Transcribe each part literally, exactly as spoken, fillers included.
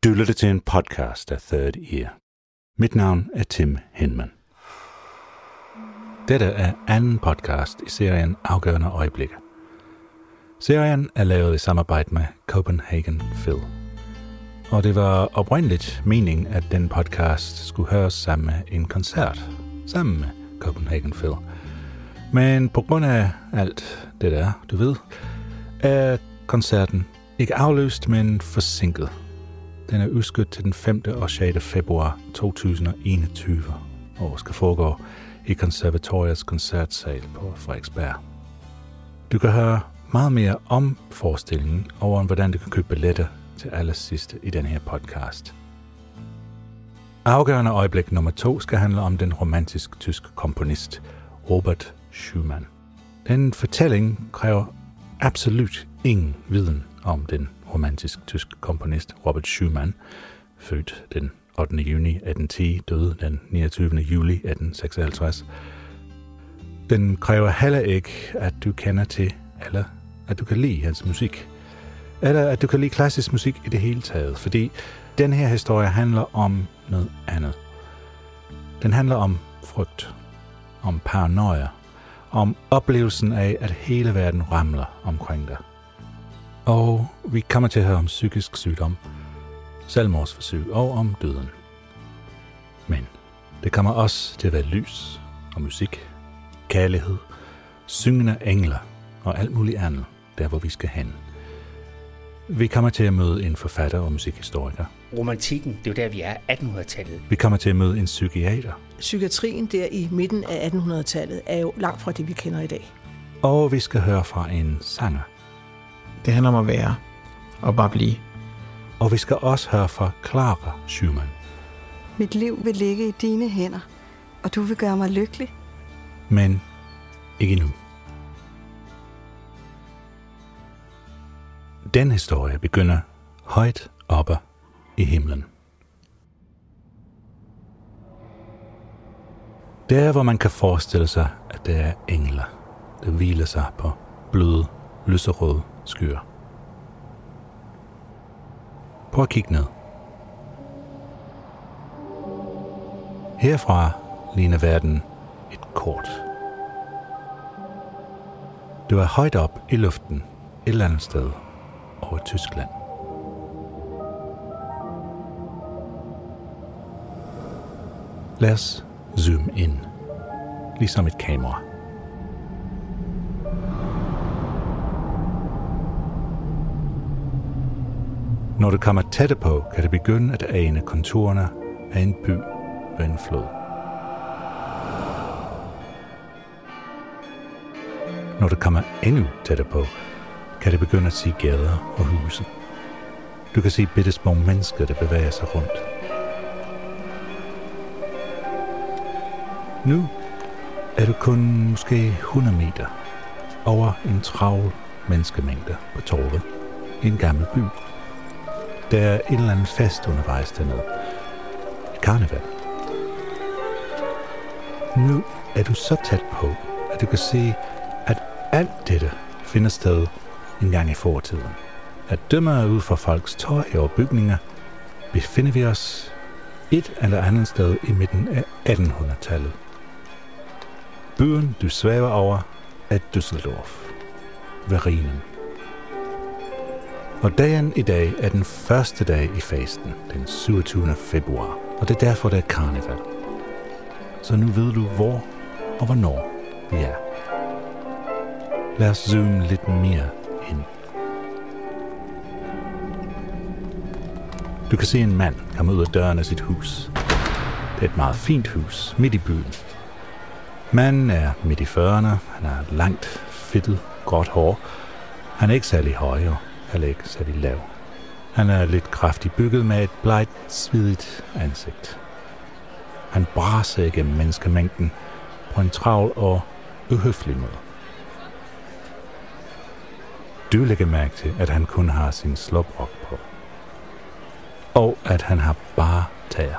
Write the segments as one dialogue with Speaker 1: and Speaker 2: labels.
Speaker 1: Du lytter til en podcast af Third Ear. Mit navn er Tim Hinman. Dette er anden podcast i serien Afgørende Øjeblikke. Serien er lavet i samarbejde med Copenhagen Phil. Og det var oprindeligt meningen, at den podcast skulle høres sammen med en koncert, sammen med Copenhagen Phil. Men på grund af alt det der, du ved, er koncerten ikke aflyst, men forsinket. Den er udskudt til den femte og sjette februar to tusind og enogtyve og skal foregå i Konservatoriets koncertsal på Frederiksberg. Du kan høre meget mere om forestillingen og om, hvordan du kan købe billetter til allersidste i den her podcast. Afgørende øjeblik nummer to skal handle om den romantisk tyske komponist Robert Schumann. Den fortælling kræver absolut ingen viden om den romantisk tysk komponist Robert Schumann, født den ottende juni atten ti, døde den niogtyvende juli atten seksoghalvtreds. Den kræver heller ikke, at du kender til, eller at du kan lide hans musik, eller at du kan lide klassisk musik i det hele taget, fordi den her historie handler om noget andet. Den handler om frygt, om paranoia, om oplevelsen af, at hele verden ramler omkring dig. Og vi kommer til at høre om psykisk sygdom, selvmordsforsøg og om døden. Men det kommer også til at være lys og musik, kærlighed, syngende engler og alt muligt andet, der hvor vi skal hen. Vi kommer til at møde en forfatter og musikhistoriker.
Speaker 2: Romantikken, det er jo der, vi er, attenhundredetallet.
Speaker 1: Vi kommer til at møde en psykiater.
Speaker 3: Psykiatrien der i midten af attenhundredetallet er jo langt fra det, vi kender i dag.
Speaker 1: Og vi skal høre fra en sanger.
Speaker 4: Det handler om at være og bare blive.
Speaker 1: Og vi skal også høre fra Clara Schumann.
Speaker 5: Mit liv vil ligge i dine hænder, og du vil gøre mig lykkelig.
Speaker 1: Men ikke nu. Den historie begynder højt oppe i himlen. Der, hvor man kan forestille sig, at der er engler, der hviler sig på bløde, lyserøde skyer. Prøv at kigge ned. Herfra ligner verden et kort. Du er højt op i luften, et eller andet sted over Tyskland. Lad os zoome ind, ligesom et kamera. Når du kommer tættere på, kan du begynde at ane konturerne af en by ved en flod. Når du kommer endnu tættere på, kan du begynde at se gader og huse. Du kan se bitte små mennesker, der bevæger sig rundt. Nu er du kun måske hundrede meter over en travl menneskemængde på torvet i en gammel by. Der er en eller anden fest undervejs dernede. Et karneval. Nu er du så tæt på, at du kan se, at alt dette finder sted en gang i fortiden. At dømme ud fra folks tøj og bygninger, befinder vi os et eller andet sted i midten af attenhundredetallet. Byen, du svæver over, er Düsseldorf ved Rhinen. Og dagen i dag er den første dag i fasten, den syvogtyvende februar, og det er derfor, der er karneval. Så nu ved du, hvor og hvornår vi er. Lad os zoome lidt mere ind. Du kan se en mand komme ud af døren af sit hus. Det er et meget fint hus midt i byen. Manden er midt i fyrrerne, han har langt, fedtet, gråt hår. Han er ikke særlig høj og heller ikke særlig lav. Han er lidt kraftigt bygget med et blegt, svidigt ansigt. Han braser igennem menneskemængden på en travl og uhøflig måde. Du lægger mærke til, at han kun har sin sloprok på. Og at han har bare tæer.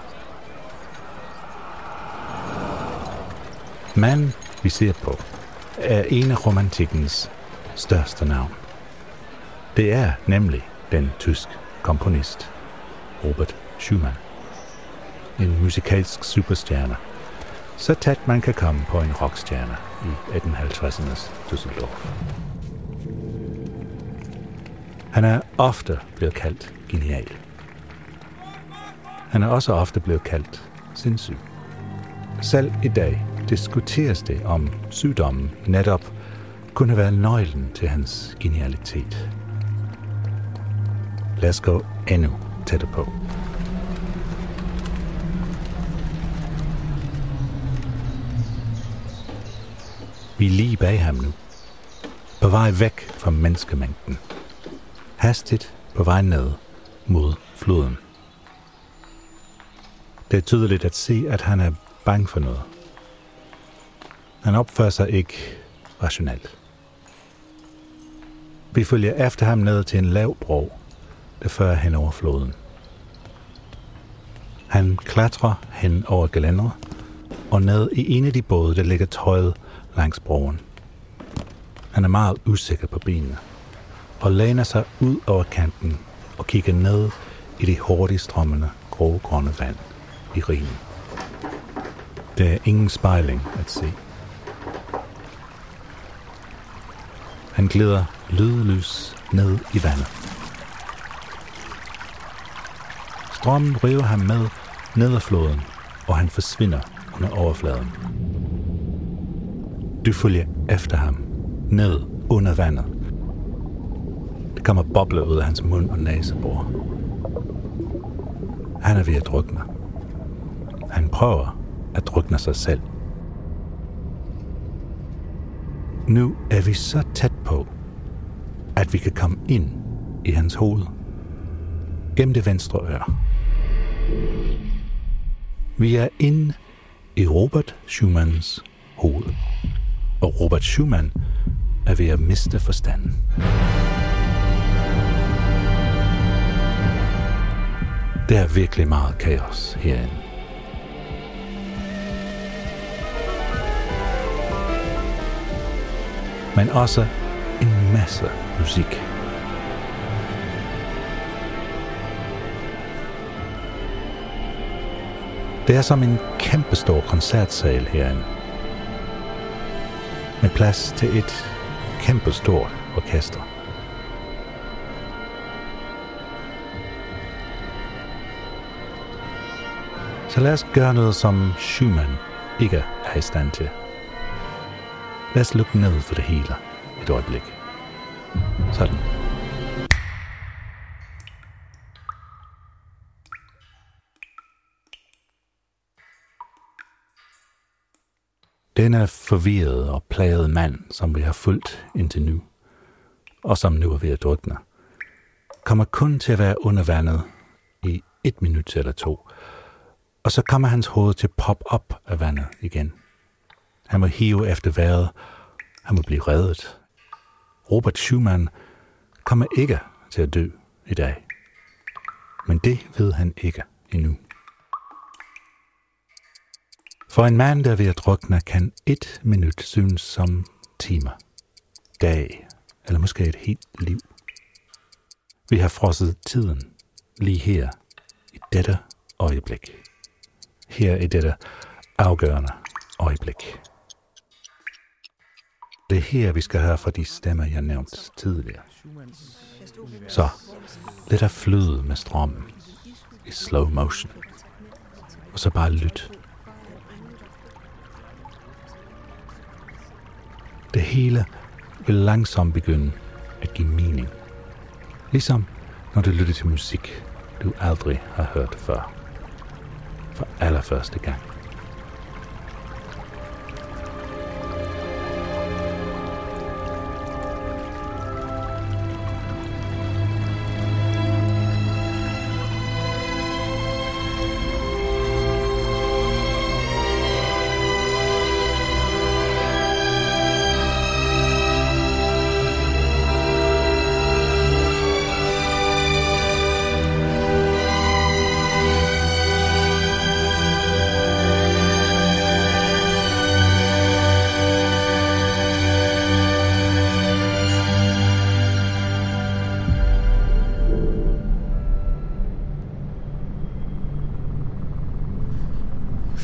Speaker 1: Manden, vi ser på, er en af romantikkens største navn. Det er nemlig den tyske komponist Robert Schumann. En musikalsk superstjerne. Så tæt man kan komme på en rockstjerne i atten halvtredsernes Düsseldorf. Han er ofte blevet kaldt genial. Han er også ofte blevet kaldt sindssyg. Selv i dag diskuteres det, om sygdommen netop kunne være nøglen til hans genialitet. Lad os gå endnu tættere på. Vi er lige bag ham nu. På vej væk fra menneskemængden. Hastigt på vej ned mod floden. Det er tydeligt at se, at han er bange for noget. Han opfører sig ikke rationelt. Vi følger efter ham ned til en lav bro, der fører hen over floden. Han klatrer hen over gelænderet og ned i en af de både, der ligger tøjet langs broen. Han er meget usikker på benene og læner sig ud over kanten og kigger ned i det hurtigt strømmende grå-grønne vand i Rhinen. Der er ingen spejling at se. Han glider lydløs ned i vandet. Strømmen river ham med ned ad floden, og han forsvinder under overfladen. Du følger efter ham ned under vandet. Det kommer bobler ud af hans mund og næsebor. Han er ved at drukne. Han prøver at drukne sig selv. Nu er vi så tæt på, at vi kan komme ind i hans hoved. Gennem det venstre øre. Vi er inde i Robert Schumanns hoved. Og Robert Schumann er ved at miste forstanden. Der er virkelig meget kaos herinde. Men også en masse musik. Det er som en kæmpestor koncertsal herinde. Med plads til et kæmpestort orkester. Så lad os gøre noget, som Schumann ikke er i stand til. Lad os lukke ned for det hele et øjeblik. Sådan. Denne forvirrede og plagede mand, som vi har fulgt indtil nu, og som nu er ved at drukne, kommer kun til at være under vandet i et minut eller to, og så kommer hans hoved til at poppe op af vandet igen. Han må hive efter vejret, han må blive reddet. Robert Schumann kommer ikke til at dø i dag, men det ved han ikke endnu. For en mand, der er ved at drukne, kan et minut synes som timer, dag eller måske et helt liv. Vi har frosset tiden lige her i dette øjeblik. Her i dette afgørende øjeblik. Det er her, vi skal høre fra de stemmer, jeg nævnte tidligere. Så lad der flyde med strømmen i slow motion. Og så bare lyt. Det hele vil langsomt begynde at give mening. Ligesom når du lytter til musik, du aldrig har hørt før. For allerførste gang.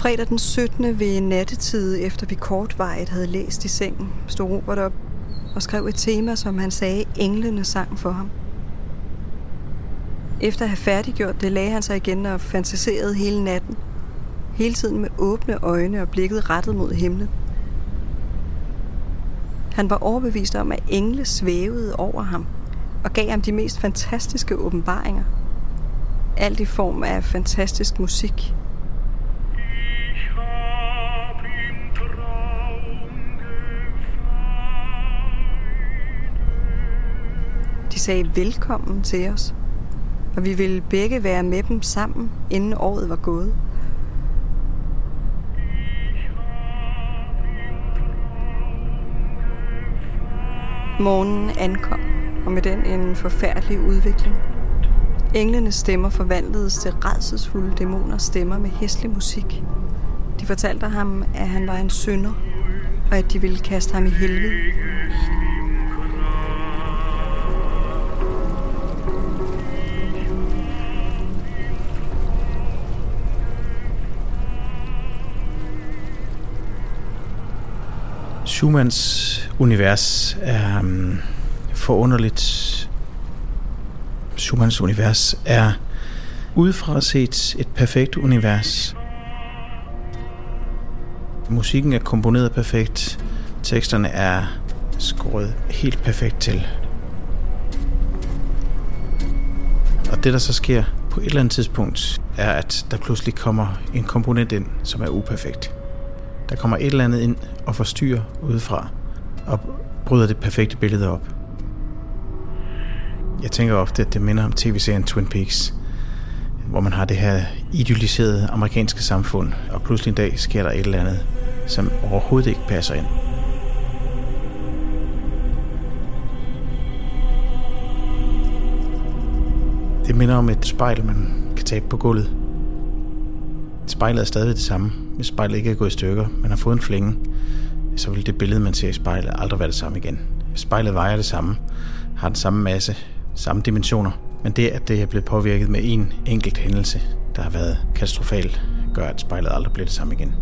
Speaker 5: Fredag den syttende ved nattetid, efter vi kortvarigt havde læst i sengen, stod Robert op og skrev et tema, som han sagde, englene sang for ham. Efter at have færdiggjort det, lagde han sig igen og fantaserede hele natten. Hele tiden med åbne øjne og blikket rettet mod himlen. Han var overbevist om, at engle svævede over ham og gav ham de mest fantastiske åbenbaringer. Alt i form af fantastisk musik. De sagde velkommen til os, og vi ville begge være med dem sammen, inden året var gået. Morgenen ankom, og med den en forfærdelig udvikling. Englenes stemmer forvandledes til rædselsfulde dæmoners stemmer med hæslig musik. De fortalte ham, at han var en synder, og at de ville kaste ham i helvede.
Speaker 4: Schumanns univers er um, forunderligt. Schumanns univers er udefra set et perfekt univers. Musikken er komponeret perfekt. Teksterne er skåret helt perfekt til. Og det, der så sker på et eller andet tidspunkt, er, at der pludselig kommer en komponent ind, som er uperfekt. Der kommer et eller andet ind og forstyrrer udefra og bryder det perfekte billede op. Jeg tænker ofte, at det minder om tv-serien Twin Peaks, hvor man har det her idylliserede amerikanske samfund, og pludselig en dag sker der et eller andet, som overhovedet ikke passer ind. Det minder om et spejl, man kan tabe på gulvet. Spejlet er stadig det samme. Hvis spejlet ikke er gået i stykker, man har fået en flænge, så vil det billede, man ser i spejlet, aldrig være det samme igen. Hvis spejlet vejer det samme, har den samme masse, samme dimensioner, men det, at det er blevet påvirket med en enkelt hændelse, der har været katastrofal, gør, at spejlet aldrig bliver det samme igen.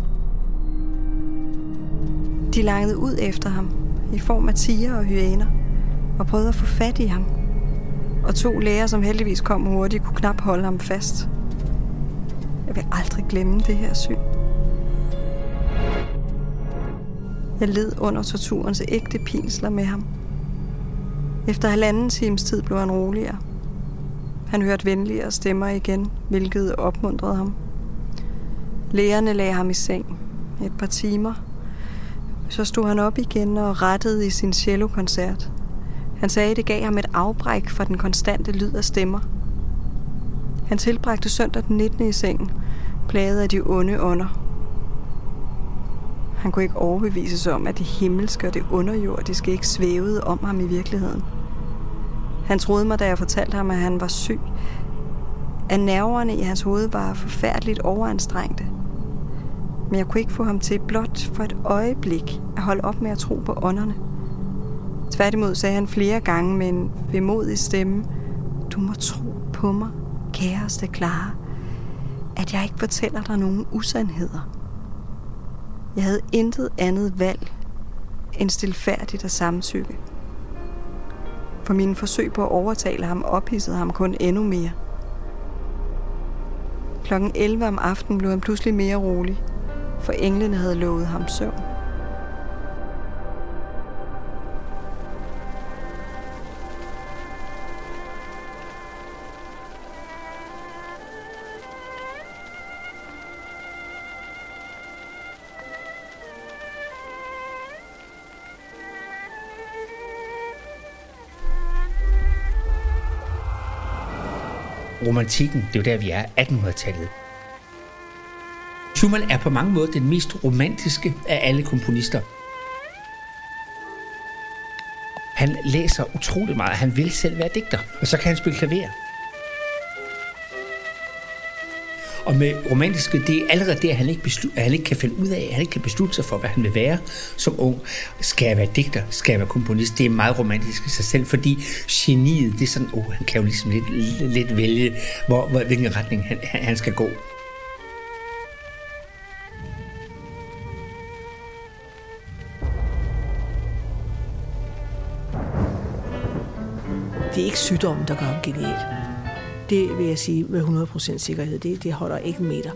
Speaker 5: De langede ud efter ham i form af tiger og hyæner og prøvede at få fat i ham. Og to læger, som heldigvis kom hurtigt, kunne knap holde ham fast. Jeg vil aldrig glemme det her syn. Jeg led under torturens ægte pinsler med ham. Efter halvanden times tid blev han roligere. Han hørte venligere stemmer igen, hvilket opmuntrede ham. Lægerne lagde ham i seng et par timer. Så stod han op igen og rettede i sin cellokoncert. Han sagde, at det gav ham et afbræk fra den konstante lyd af stemmer. Han tilbragte søndag den nittende i sengen, plaget af de onde ånder. Han kunne ikke overbevises om, at det himmelske og det underjordiske ikke svævede om ham i virkeligheden. Han troede mig, da jeg fortalte ham, at han var syg. At nerverne i hans hoved var forfærdeligt overanstrengte. Men jeg kunne ikke få ham til blot for et øjeblik at holde op med at tro på ånderne. Tværtimod sagde han flere gange med en vemodig stemme, du må tro på mig, kæreste Clara, at jeg ikke fortæller dig nogen usandheder. Jeg havde intet andet valg end stilfærdigt at samtykke. For mine forsøg på at overtale ham ophidsede ham kun endnu mere. Klokken elleve om aftenen blev han pludselig mere rolig, for englene havde lovet ham søvn.
Speaker 2: Romantikken, det er jo der, vi er, attenhundredetallet. Schumann er på mange måder den mest romantiske af alle komponister. Han læser utrolig meget. Han vil selv være digter, og så kan han spille klaver. Og med romantiske, det er allerede det, at han ikke, beslut, at han ikke kan finde ud af, at han ikke kan beslutte sig for, hvad han vil være som ung. Skal jeg være digter? Skal jeg være komponist? Det er meget romantisk i sig selv, fordi geniet, det er sådan, åh, oh, han kan jo ligesom lidt, lidt vælge, hvor, hvor, hvilken retning han, han skal gå.
Speaker 3: det er ikke sygdommen, der gør ham genial. Det vil jeg sige med hundrede procent sikkerhed. Det, det holder ikke en meter.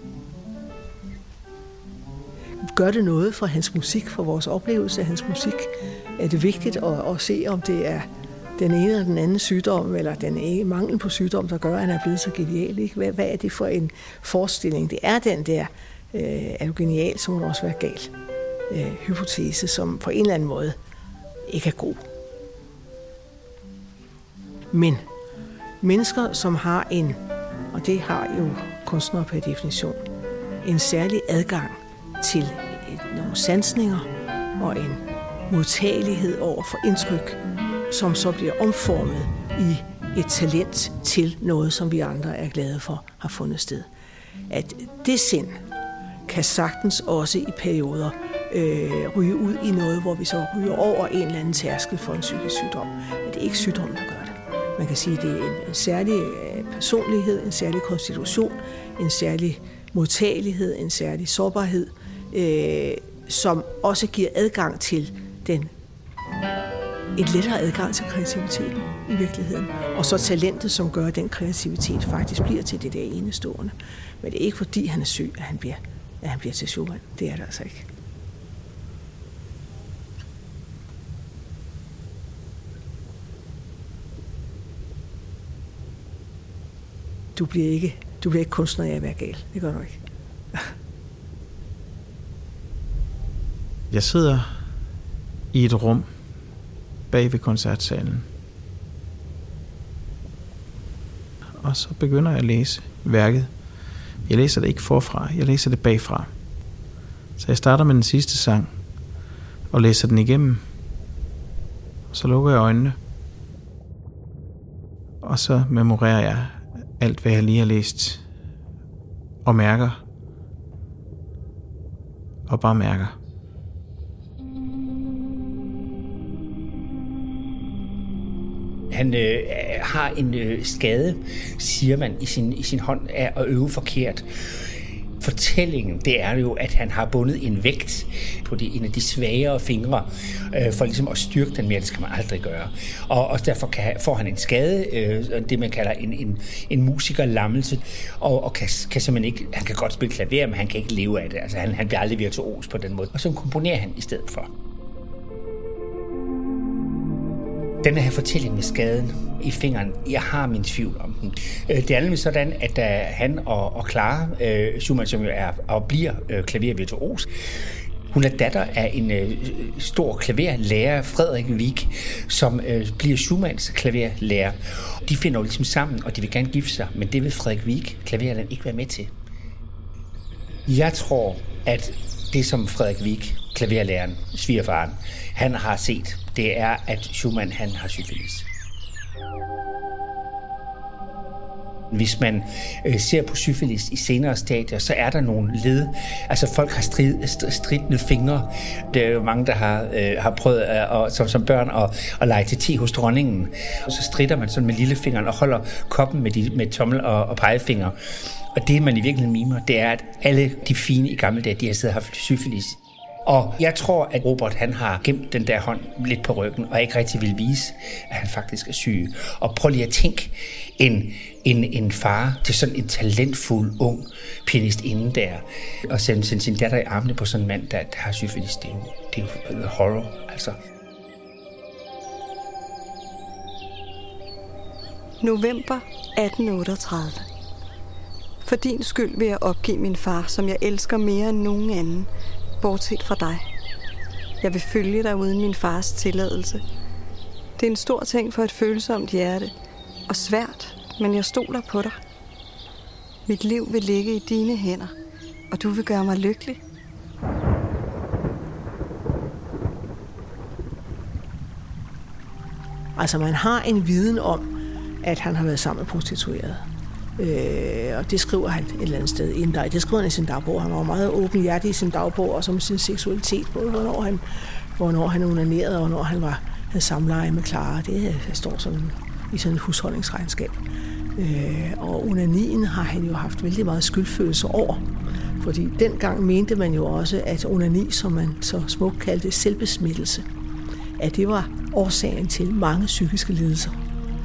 Speaker 3: Gør det noget for hans musik, for vores oplevelse af hans musik? Er det vigtigt at, at se, om det er den ene eller den anden sygdom, eller den ene mangel på sygdom, der gør, at han er blevet så genial? Ikke? Hvad, hvad er det for en forestilling? Det er den der, øh, er du genial, så må du også være gal. Øh, hypotese, som på en eller anden måde ikke er god. Men mennesker, som har en, og det har jo kunstnere per definition, en særlig adgang til nogle sansninger og en modtagelighed over for indtryk, som så bliver omformet i et talent til noget, som vi andre er glade for har fundet sted. At det sind kan sagtens også i perioder øh, ryge ud i noget, hvor vi så ryger over en eller anden tærskel for en psykisk sygdom. Men det er ikke sygdommen, der gør det. Man kan sige, at det er en, en særlig personlighed, en særlig konstitution, en særlig modtagelighed, en særlig sårbarhed, øh, som også giver adgang til den, et lettere adgang til kreativiteten i virkeligheden. Og så talentet, som gør, at den kreativitet faktisk bliver til det der enestående. Men det er ikke fordi, han er syg, at han bliver, at han bliver til Schumann. Det er det altså ikke. Du bliver ikke, du bliver ikke kunstner af at være gal. Det gør du ikke.
Speaker 4: Jeg sidder i et rum bag ved koncertsalen. Og så begynder jeg at læse værket. Jeg læser det ikke forfra, jeg læser det bagfra. Så jeg starter med den sidste sang og læser den igennem. Og så lukker jeg øjnene. Og så memorerer jeg alt, hvad jeg lige har læst og mærker. Og bare mærker.
Speaker 2: Han øh, har en øh, skade, siger man, i sin, i sin hånd af at øve forkert. Fortællingen, det er jo, at han har bundet en vægt på de, en af de svagere fingre, øh, for ligesom at styrke den mere. Det skal man aldrig gøre. Og, og derfor kan, får han en skade, øh, det man kalder en, en, en musikerlammelse, og, og kan, kan simpelthen ikke, han kan godt spille klaver, men han kan ikke leve af det. Altså, han, han bliver aldrig virtuos på den måde. Og så komponerer han i stedet for. Den her fortælling med skaden i fingeren, jeg har min tvivl om den. Det er nemlig sådan, at da han og, og Clara, øh, Schumann, som jo er og bliver øh, klavervirtuos, hun er datter af en øh, stor klaverlærer, Frederik Wieck, som øh, bliver Schumanns klaverlærer. De finder jo ligesom sammen, og de vil gerne gifte sig, men det vil Frederik Wieck, klaverlæreren, ikke være med til. Jeg tror, at det som Frederik Wieck, klaverlæreren, svigerfaren, han har set, det er, at Schumann, han har syfilis. Hvis man øh, ser på syfilis i senere stadier, så er der nogle led. Altså folk har strid, stridende fingre. Der er jo mange, der har, øh, har prøvet øh, som, som børn at, at lege til te hos dronningen. Og så strider man sådan med lillefingeren og holder koppen med, de, med tommel og, og pegefinger. Og det, man i virkeligheden mimer, det er, at alle de fine i gamle dage, de har siddet og haft syfilis. Og jeg tror, at Robert, han har gemt den der hånd lidt på ryggen, og ikke rigtig vil vise, at han faktisk er syg. Og prøv lige at tænke en, en, en far til sådan en talentfuld, ung pianist inden der, og sende, sende sin datter i armene på sådan en mand, der, der har syfilis. Det er jo, det er jo horror, altså.
Speaker 5: November atten otteogtredive. For din skyld vil jeg opgive min far, som jeg elsker mere end nogen anden, bortset fra dig. Jeg vil følge dig uden min fars tilladelse. Det er en stor ting for et følsomt hjerte, og svært, men jeg stoler på dig. Mit liv vil ligge i dine hænder, og du vil gøre mig lykkelig.
Speaker 3: Altså man har en viden om, at han har været sammen med prostituerede. Øh, og det skriver han et eller andet sted inden der. Det skriver han i sin dagbog. Han var meget åbenhjertig i sin dagbog, og som sin seksualitet, både hvornår han, hvornår han onanerede, og hvornår han var, havde samleje med Clara. Det står sådan i sådan et husholdningsregnskab. Øh, og onanien har han jo haft vældig meget skyldfølelse over. Fordi dengang mente man jo også, at onani, som man så smukt kaldte selvbesmittelse, at det var årsagen til mange psykiske lidelser.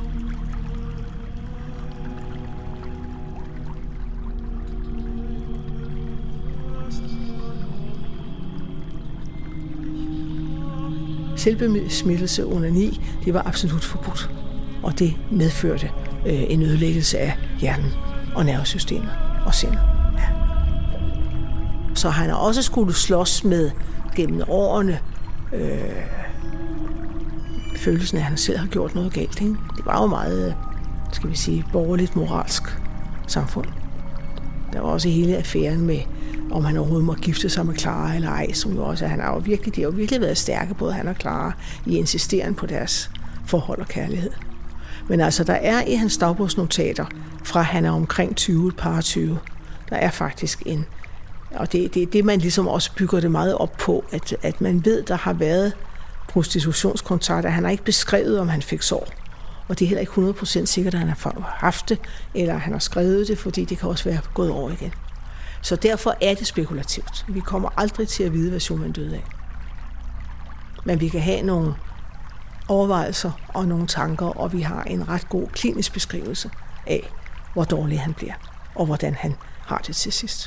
Speaker 3: selvbesmittelse, onani, det var absolut forbudt. Og det medførte øh, en ødelæggelse af hjernen og nervesystemet og sindet. Ja. Så han har også skulle slås med gennem årene øh, følelsen af, at han selv har gjort noget galt. Ikke? Det var jo meget, skal vi sige, borgerligt moralsk samfund. Der var også hele affæren med, om han overhovedet må gifte sig med Clara eller ej, som jo også, han har jo virkelig, de har jo virkelig været stærke, både han og Clara, i insisteren på deres forhold og kærlighed. Men altså, der er i hans dagbogsnotater, fra han er omkring tyve, et par tyve, der er faktisk en, og det er det, det, man ligesom også bygger det meget op på, at, at man ved, der har været prostitutionskontakter. Han har ikke beskrevet, om han fik sår. Og det er heller ikke hundrede procent sikkert, at han har haft det, eller han har skrevet det, fordi det kan også være gået over igen. Så derfor er det spekulativt. Vi kommer aldrig til at vide, hvad Schumann døde af. Men vi kan have nogle overvejelser og nogle tanker, og vi har en ret god klinisk beskrivelse af, hvor dårlig han bliver, og hvordan han har det til sidst.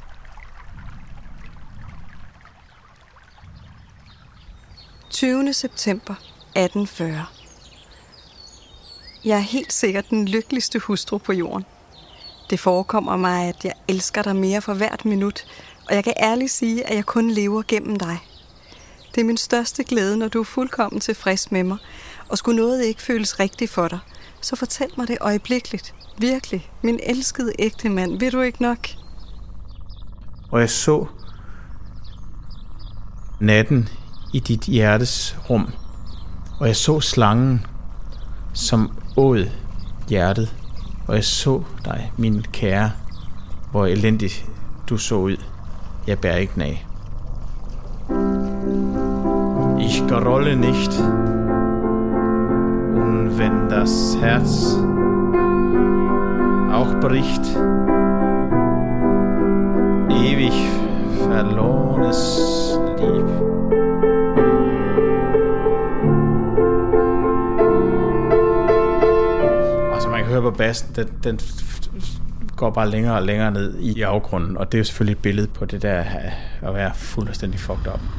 Speaker 5: tyvende september atten fyrre. Jeg er helt sikkert den lykkeligste hustru på jorden. Det forekommer mig, at jeg elsker dig mere for hvert minut, og jeg kan ærligt sige, at jeg kun lever gennem dig. Det er min største glæde, når du er fuldkommen tilfreds med mig, og skulle noget ikke føles rigtigt for dig, så fortæl mig det øjeblikkeligt. Virkelig, min elskede ægte mand, vil du ikke nok?
Speaker 4: Og jeg så natten i dit hjertes rum, og jeg så slangen, som åd hjertet, og jeg så dig, min kære, hvor elendigt du så ud. Jeg bærer ikke af. Ich gerolle nicht, und wenn das Herz auch bricht, ewig verlorenes Lieb. Hør på bassen, den, den går bare længere og længere ned i afgrunden, og det er jo selvfølgelig et billede på det der at være fuldstændig fucked up.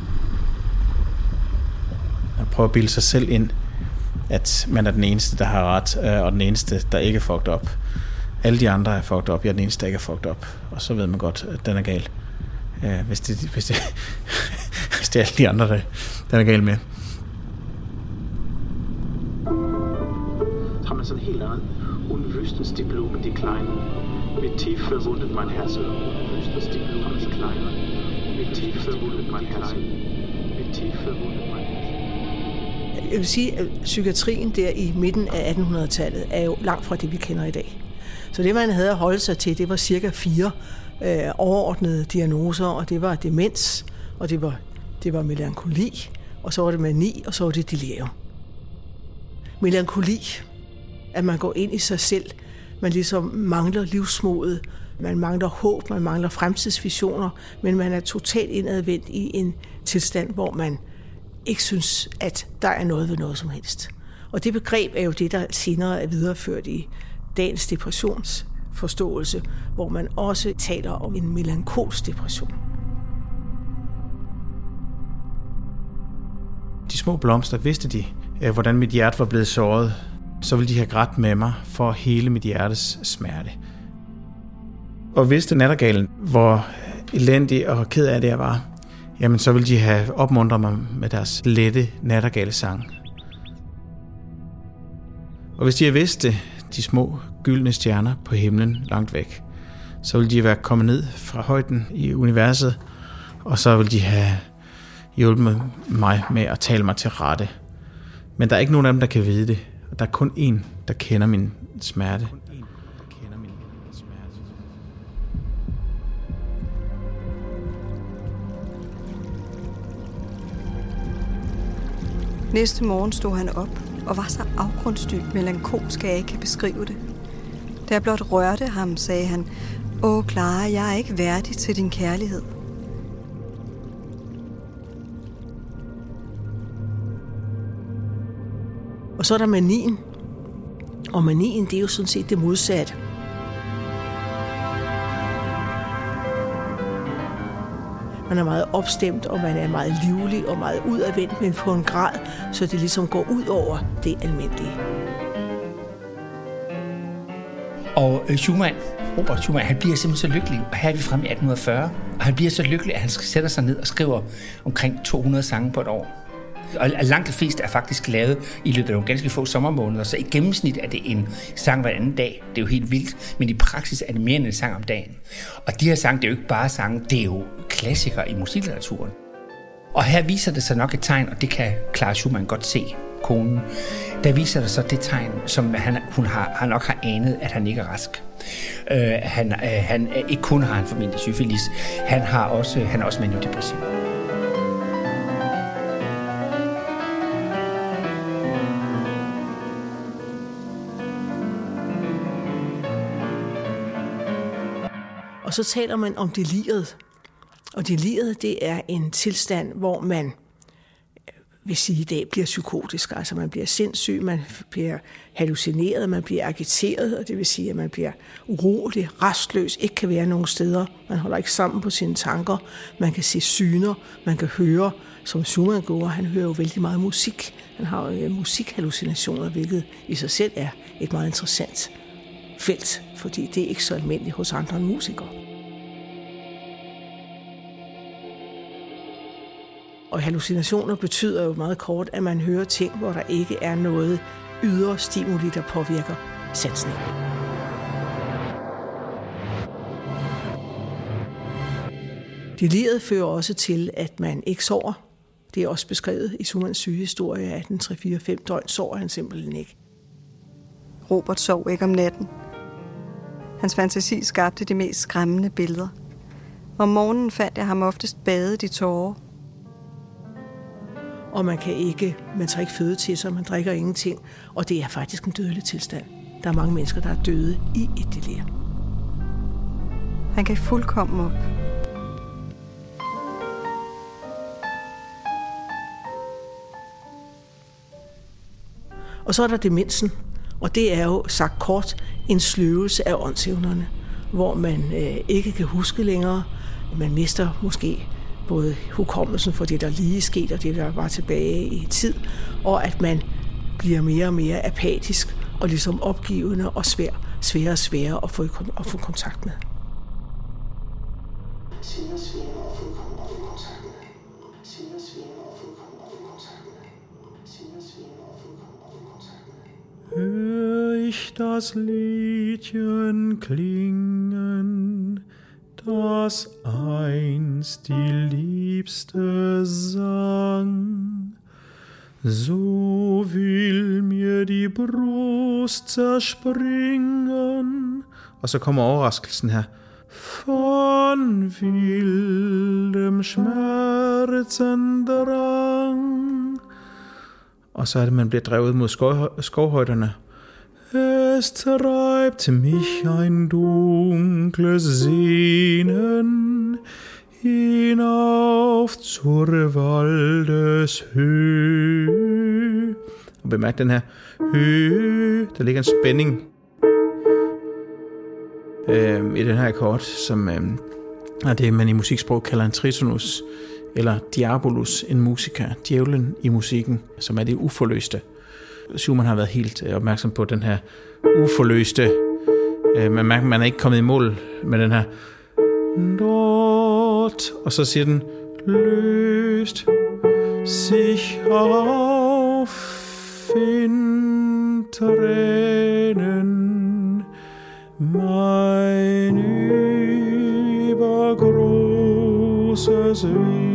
Speaker 4: Man prøver at bilde sig selv ind, at man er den eneste, der har ret, og den eneste, der ikke er fucked up. Alle de andre er fucked up, jeg er den eneste, der ikke er fucked up, og så ved man godt, at den er gal. Hvis det, hvis det, hvis det er alle de andre, der den er gal med.
Speaker 6: Har man sådan helt andet Unwüsstens die Blumen, die Kleinen, wie tief verwundet mein Herz. Unwüsstens die Blumen, die Kleinen, wie tief verwundet mein Herz. Wie tief verwundet mein Herz.
Speaker 3: Jeg vil sige, at psykiatrien der i midten af attenhundredetallet er jo langt fra det, vi kender i dag. Så det, man havde at holde sig til, det var cirka fire øh, overordnede diagnoser, og det var demens, og det var, det var melankoli, og så var det mani, og så var det delirium. Melankoli, at man går ind i sig selv, man ligesom mangler livsmodet, man mangler håb, man mangler fremtidsvisioner, men man er totalt indadvendt i en tilstand, hvor man ikke synes, at der er noget ved noget som helst. Og det begreb er jo det, der senere er videreført i dagens depressionsforståelse, hvor man også taler om en melankolsk depression.
Speaker 4: De små blomster, vidste de, hvordan mit hjerte var blevet såret, så ville de have grædt med mig for hele mit hjertes smerte. Og vidste nattergalen, hvor elendig og ked af det jeg var, jamen så ville de have opmuntret mig med deres lette nattergalesang. Og hvis de havde vidst det, de små gyldne stjerner på himlen langt væk, så ville de være kommet ned fra højden i universet, og så ville de have hjulpet mig med at tale mig til rette. Men der er ikke nogen af dem, der kan vide det. Og der er kun én, der kender min smerte.
Speaker 5: Næste morgen stod han op og var så afgrundsdybt melankolsk, at jeg ikke kan beskrive det. Da jeg blot rørte ham, sagde han, åh, Clara, jeg er ikke værdig til din kærlighed.
Speaker 3: Og så er der manien. Og manien, det er jo sådan set det modsatte. Man er meget opstemt, og man er meget livlig og meget udadvendt, men på en grad, så det ligesom går ud over det almindelige.
Speaker 2: Og Schumann, Robert Schumann, han bliver simpelthen så lykkelig, og her er vi fremme i atten fyrre, og han bliver så lykkelig, at han sætter sig ned og skriver omkring to hundrede sange på et år. Og langt de fleste er faktisk lavet i løbet af nogle ganske få sommermåneder, så i gennemsnit er det en sang hver anden dag. Det er jo helt vildt, men i praksis er det mere end en sang om dagen. Og de her sange, det er jo ikke bare sange, det er jo klassikere i musiklitteraturen. Og her viser det sig nok et tegn, og det kan Clara Schumann godt se, konen. Der viser det så det tegn, som han, hun har, han nok har anet, at han ikke er rask. Uh, han, uh, han, ikke kun har han formentlig syfilis, han, har også, han er også maniodepressiv.
Speaker 3: Og så taler man om deliriet. Og deliriet, det er en tilstand, hvor man, vil sige i dag, bliver psykotisk. Altså man bliver sindssyg, man bliver hallucineret, man bliver agiteret, og det vil sige, at man bliver urolig, rastløs, ikke kan være nogen steder. Man holder ikke sammen på sine tanker. Man kan se syner, man kan høre, som Schumann gjorde. Han hører jo vældig meget musik. Han har jo musikhallucinationer, hvilket i sig selv er et meget interessant felt, fordi det er ikke så almindeligt hos andre musikere. Og hallucinationer betyder jo meget kort, at man hører ting, hvor der ikke er noget ydre stimuli, der påvirker sansen. Deliriet fører også til, at man ikke sover. Det er også beskrevet i Schumanns sygehistorie, at den tre fire fem døgn sover han simpelthen ikke.
Speaker 5: Robert sov ikke om natten. Hans fantasi skabte de mest skræmmende billeder. Om morgenen fandt jeg ham oftest badet i tårer.
Speaker 3: Og man kan ikke, man tager ikke føde til sig, man drikker ingenting, og det er faktisk en dødelig tilstand. Der er mange mennesker, der er døde i et delir.
Speaker 5: Han gav fuldkommen op.
Speaker 3: Og så er der demensen, og det er jo sagt kort en sløvelse af åndsevnerne, hvor man øh, ikke kan huske længere. Man mister måske både hukommelsen for det, der lige er sket, og det, der var tilbage i tid, og at man bliver mere og mere apatisk og ligesom opgivende og svær, sværere og sværere at få, at få kontakt med. Sværere og sværere at få kontakt med. Sværere og sværere at få kontakt med. Sværere og sværere at få kontakt med.
Speaker 7: Hör ich das Liedchen klingen, das einst die Liebste sang, so will mir die Brust zerspringen.
Speaker 4: Og så kommer overraskelsen her.
Speaker 7: Von wildem Schmerzendrang.
Speaker 4: Og så er det, man bliver drevet mod skov, skovhøjderne.
Speaker 7: Es treibt mich ein dunkles Sehnen hinauf zur Waldeshöhe.
Speaker 4: Og bemærk den her hø. Der ligger en spænding øh, i den her akkord, som øh, er det, man i musiksprog kalder en tritonus, eller diabolus in musica, djævlen i musikken, som er det uforløste. Schumann har været helt opmærksom på den her uforløste. Man mærker, man er ikke kommet i mål med den her. Dort. Og så siger den løst sich auf in Tränen mein übergroßes Weh.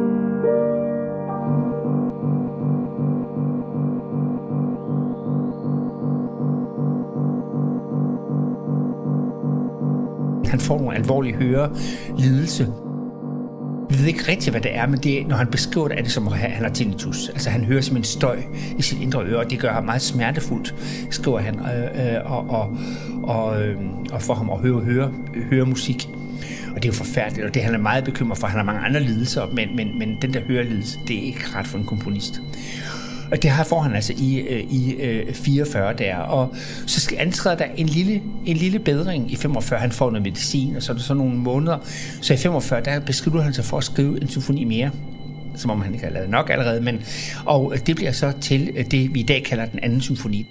Speaker 2: Han får nogle alvorlige hørelidelse. Vi ved ikke rigtigt, hvad det er, men det, når han beskriver det, er det som, at han har tinnitus. Altså han hører simpelthen støj i sit indre øre, og det gør ham meget smertefuldt, skriver han, øh, øh, og, og, og, øh, og for ham at høre, høre, høre musik. Og det er jo forfærdeligt, og det han er meget bekymret for. Han har mange andre lidelser, men, men, men den der hørelidelse, det er ikke ret for en komponist. Og det her får han altså i, i øh, fireogfyrre der. Og så skal antræde der en lille, en lille bedring i femogfyrre. Han får noget medicin, og så er det så nogle måneder. Så i femogfyrre, der beskriver han sig for at skrive en symfoni mere. Som om han ikke har lavet nok allerede. Men, og det bliver så til det, vi i dag kalder den anden symfoni.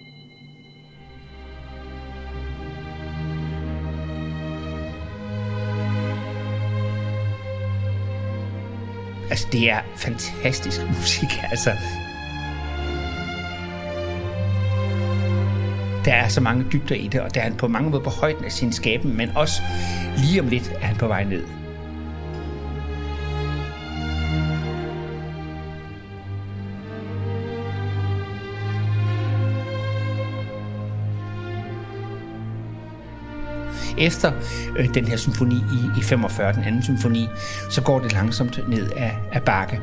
Speaker 2: Altså, det er fantastisk musik, altså. Der er så mange dybder i det, og der er han på mange måder på højden af sin skaben, men også lige om lidt er han på vej ned. Efter øh, den her symfoni i, i femogfyrre, den anden symfoni, så går det langsomt ned af, af bakke.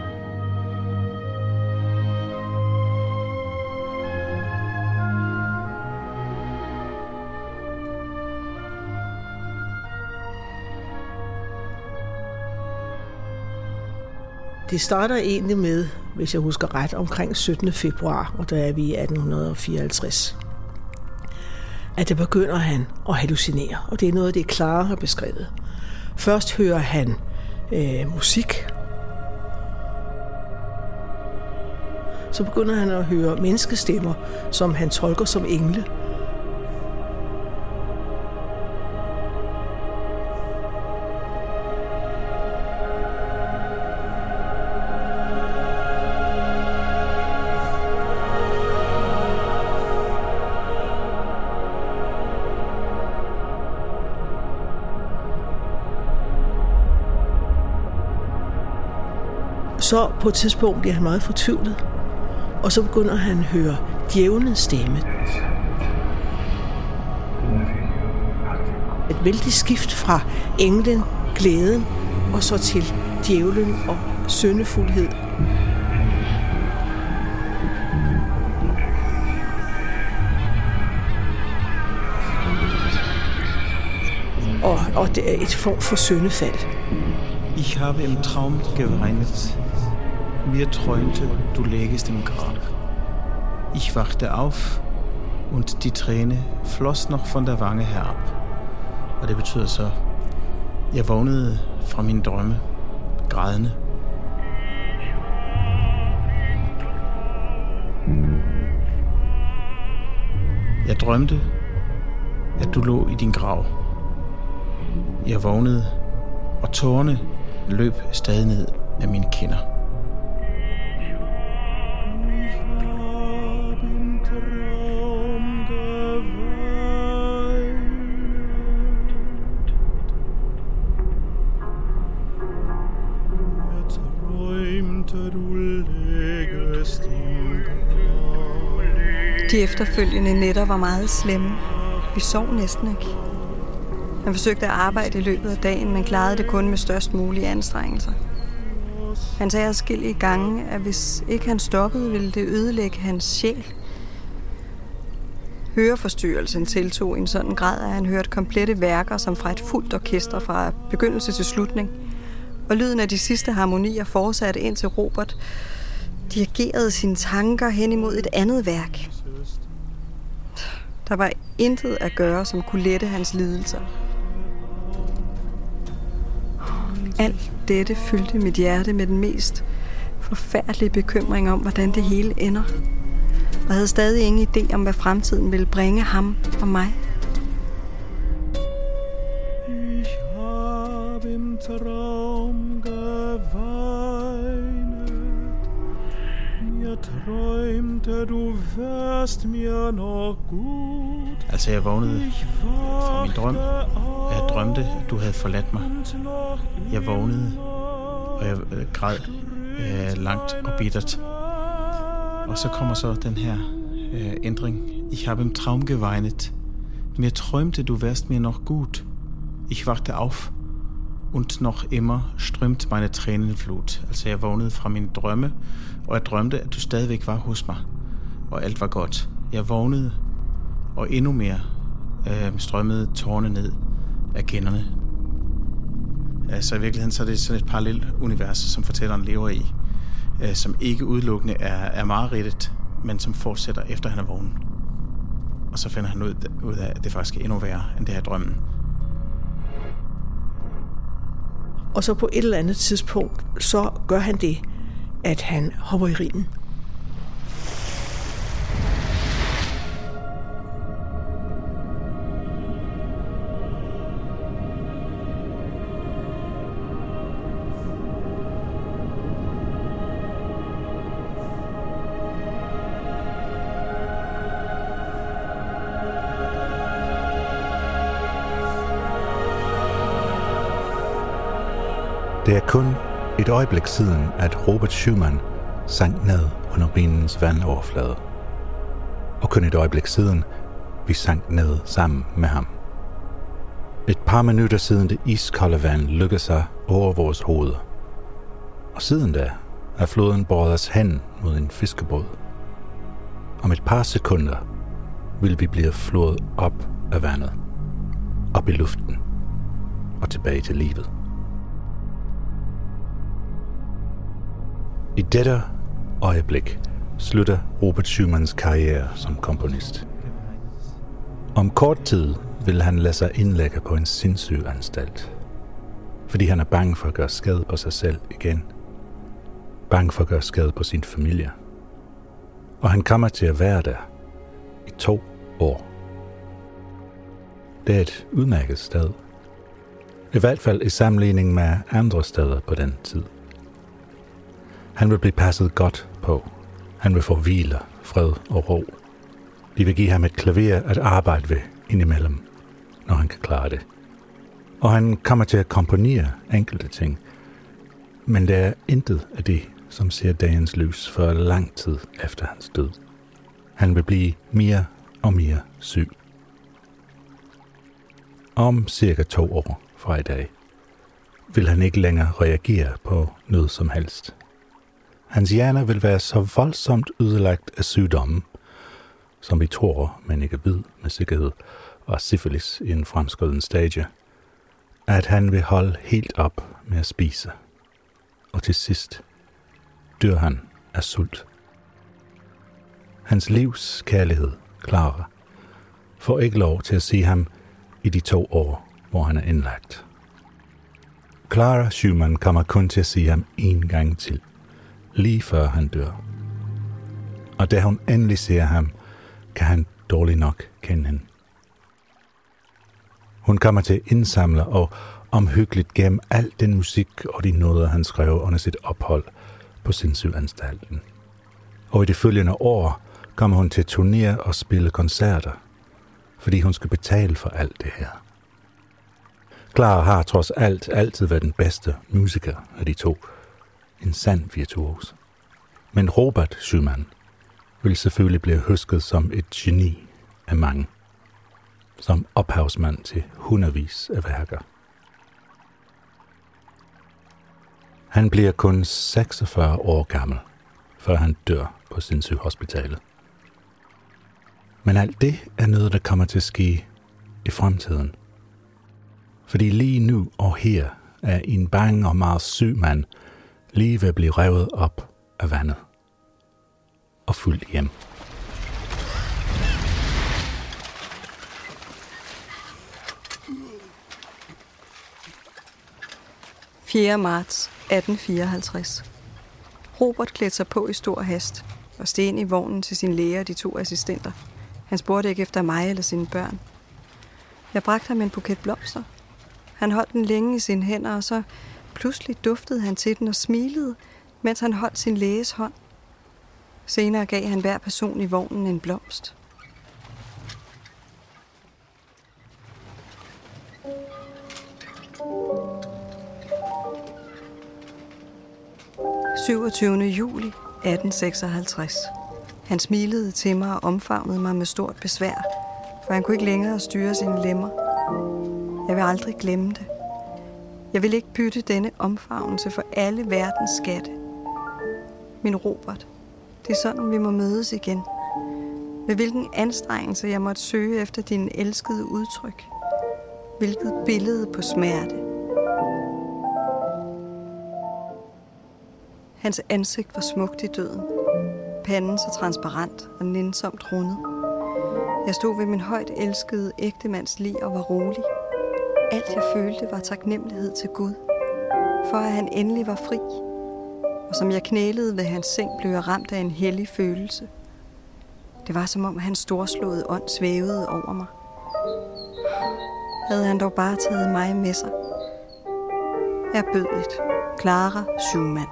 Speaker 3: Det starter egentlig med, hvis jeg husker ret, omkring syttende februar, og der er vi i atten fireoghalvtreds. At det begynder han at hallucinere, og det er noget, det Clara har beskrevet. Først hører han øh, musik. Så begynder han at høre menneskestemmer, som han tolker som engle. Så på et tidspunkt bliver han meget fortvivlet, og så begynder han at høre djævelens stemme. Et vældigt skift fra englen, glæden, og så til djævlen og syndefuldhed. Og, og det er et form for syndefald.
Speaker 4: Ich habe im Traum geweint. Mir träumte, du lägest im Grab. Ich wachte auf, und die Träne floss noch von der Wange herab. Og det betyder så, jeg vågnede fra mine drømme, grædende. Jeg drømte, at du lå i din grav. Jeg vågnede, og tårerne løb stadig ned af mine kinder.
Speaker 5: De efterfølgende nætter var meget slemme. Vi sov næsten ikke. Han forsøgte at arbejde i løbet af dagen, men klarede det kun med størst mulige anstrengelser. Han sagde adskillige gange, at hvis ikke han stoppede, ville det ødelægge hans sjæl. Høreforstyrrelsen tiltog i en sådan grad, at han hørte komplette værker som fra et fuldt orkester fra begyndelse til slutning. Og lyden af de sidste harmonier fortsatte indtil Robert dirigerede sine tanker hen imod et andet værk. Der var intet at gøre, som kunne lette hans lidelser. Alt dette fyldte mit hjerte med den mest forfærdelige bekymring om, hvordan det hele ender. Og havde stadig ingen idé om, hvad fremtiden ville bringe ham og mig.
Speaker 7: Ich hab im Traum geweinet. Mir träumte, du wärst mir noch gut.
Speaker 4: Altså, jeg vågnede fra min drøm, og jeg drømte, at du havde forladt mig. Jeg vågnede, og jeg græd øh, langt og bittert. Og så kommer så den her øh, ændring. Ich habe im Traum geweinet. Mir träumte, du wärst mir noch gut. Ich wachte auf, und noch immer strømt meine Tränenflut. Altså, jeg vågnede fra mine drømme, og jeg drømte, at du stadigvæk var hos mig, og alt var godt. Jeg vågnede, og endnu mere øh, strømmede tårerne ned af kinderne. Altså, i virkeligheden så er det sådan et parallelt univers, som fortælleren lever i. øh, som ikke udelukkende er, er mareridtet, men som fortsætter efter han er vågen. Og så finder han ud, ud af, at det faktisk er endnu værre, end det her drømmen.
Speaker 3: Og så på et eller andet tidspunkt, så gør han det, at han hopper i Rhinen.
Speaker 1: Det er kun et øjeblik siden, at Robert Schumann sank ned under Rhinens vandoverflade. Og kun et øjeblik siden, vi sank ned sammen med ham. Et par minutter siden det iskolde vand lykkede sig over vores hoveder. Og siden da er floden båret os hen mod en fiskebåd. Om et par sekunder vil vi blive flået op af vandet, op i luften og tilbage til livet. I dette øjeblik slutter Robert Schumanns karriere som komponist. Om kort tid vil han lade sig indlægge på en sindssygeanstalt, fordi han er bange for at gøre skade på sig selv igen. Bange for at gøre skade på sin familie. Og han kommer til at være der i to år. Det er et udmærket sted. I hvert fald i sammenligning med andre steder på den tid. Han vil blive passet godt på. Han vil få hvile, fred og ro. De vil give ham et klaver at arbejde ved indimellem, når han kan klare det. Og han kommer til at komponere enkelte ting. Men der er intet af det, som ser dagens lys for lang tid efter hans død. Han vil blive mere og mere syg. Om cirka to år fra i dag vil han ikke længere reagere på noget som helst. Hans hjerne vil være så voldsomt ødelagt af sygdommen, som vi tror, men ikke ved med sikkerhed, var syfilis i en fremskreden stadie, at han vil holde helt op med at spise. Og til sidst dør han af sult. Hans livs kærlighed, Clara, får ikke lov til at se ham i de to år, hvor han er indlagt. Clara Schumann kommer kun til at se ham en gang til, lige før han dør. Og da hun endelig ser ham, kan han dårligt nok kende hende. Hun kommer til at indsamle og omhyggeligt gennem al den musik og de noder, han skrev under sit ophold på sindssygsanstalten. Og i de følgende år kommer hun til at turnere og spille koncerter, fordi hun skal betale for alt det her. Clara har trods alt altid været den bedste musiker af de to. En sand virtuos. Men Robert Schumann vil selvfølgelig blive husket som et geni af mange. Som ophavsmand til hundredvis af værker. Han bliver kun seksogfyrre år gammel, før han dør på sindssygehospitalet. Men alt det er noget, der kommer til at ske i fremtiden. Fordi lige nu og her er en bange og meget syg mand lige ved at blive revet op af vandet og fuldt hjem.
Speaker 5: fjerde marts atten fireoghalvtreds. Robert klædte sig på i stor hast og steg ind i vognen til sin læge og de to assistenter. Han spurgte ikke efter mig eller sine børn. Jeg bragte ham en buket blomster. Han holdt den længe i sine hænder, og så pludselig duftede han til den og smilede, mens han holdt sin læges hånd. Senere gav han hver person i vognen en blomst. syvogtyvende juli atten seksoghalvtreds. Han smilede til mig og omfavnede mig med stort besvær, for han kunne ikke længere styre sine lemmer. Jeg vil aldrig glemme det. Jeg vil ikke bytte denne omfavnelse for alle verdens skatte. Min Robert, det er sådan, vi må mødes igen. Med hvilken anstrengelse jeg måtte søge efter dine elskede udtryk. Hvilket billede på smerte. Hans ansigt var smukt i døden. Panden så transparent og nænsomt rundet. Jeg stod ved min højt elskede ægtemands lig og var rolig. Alt jeg følte var taknemmelighed til Gud, for at han endelig var fri. Og som jeg knælede ved hans seng, blev jeg ramt af en hellig følelse. Det var som om hans storslåede ånd svævede over mig. Havde han dog bare taget mig med sig. Erbødigt. Clara Schumann.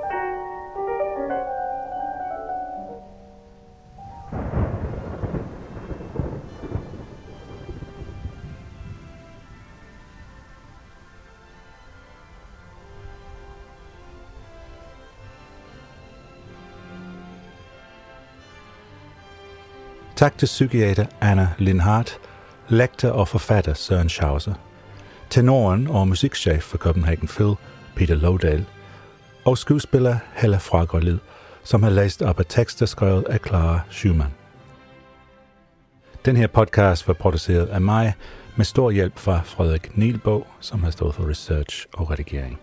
Speaker 1: Tak til psykiater Anna Lindhardt, lektor og forfatter Søren Schauser, tenoren og musikchef for Copenhagen Phil, Peter Lowdale, og skuespiller Hella Fragerlid, som har læst op af tekster skrevet af Clara Schumann. Den her podcast var produceret af mig med stor hjælp fra Frederik Nielbo, som har stået for research og redigering.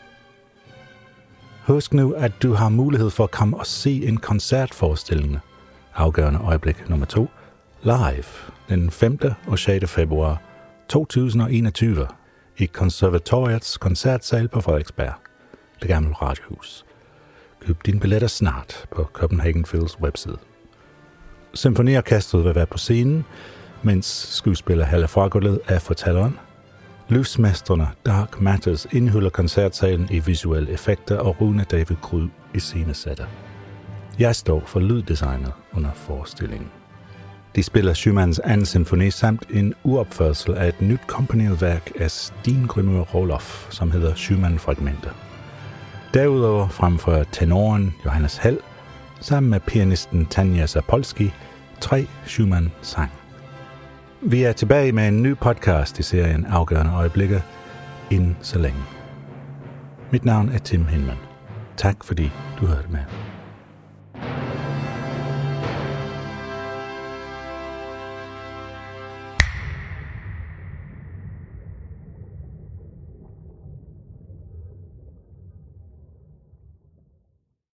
Speaker 1: Husk nu, at du har mulighed for at komme og se en koncertforestilling, Afgørende øjeblik nummer to, live den femte og sjette februar to tusind og enogtyve i Konservatoriets koncertsal på Frederiksberg, det gamle radiohus. Køb dine billetter snart på Copenhagen Phils webside. Symfoniorkestret vil være på scenen, mens skuespiller Hella Fragerlid er fortælleren. Lysmestrene Dark Matters indhylder koncertsalen i visuelle effekter, og Rune David Gryd iscenesætter. Jeg står for lyddesignet under forestillingen. De spiller Schumanns anden symfoni samt en uopførsel af et nyt komponeret værk af Stin-Grimur Rohloff, som hedder Schumann-fragmenter. Derudover fremfører tenoren Johannes Hell sammen med pianisten Tanja Zapolski tre Schumann-sang. Vi er tilbage med en ny podcast i serien Afgørende øjeblikke inden så længe. Mit navn er Tim Hinman. Tak fordi du hørte med.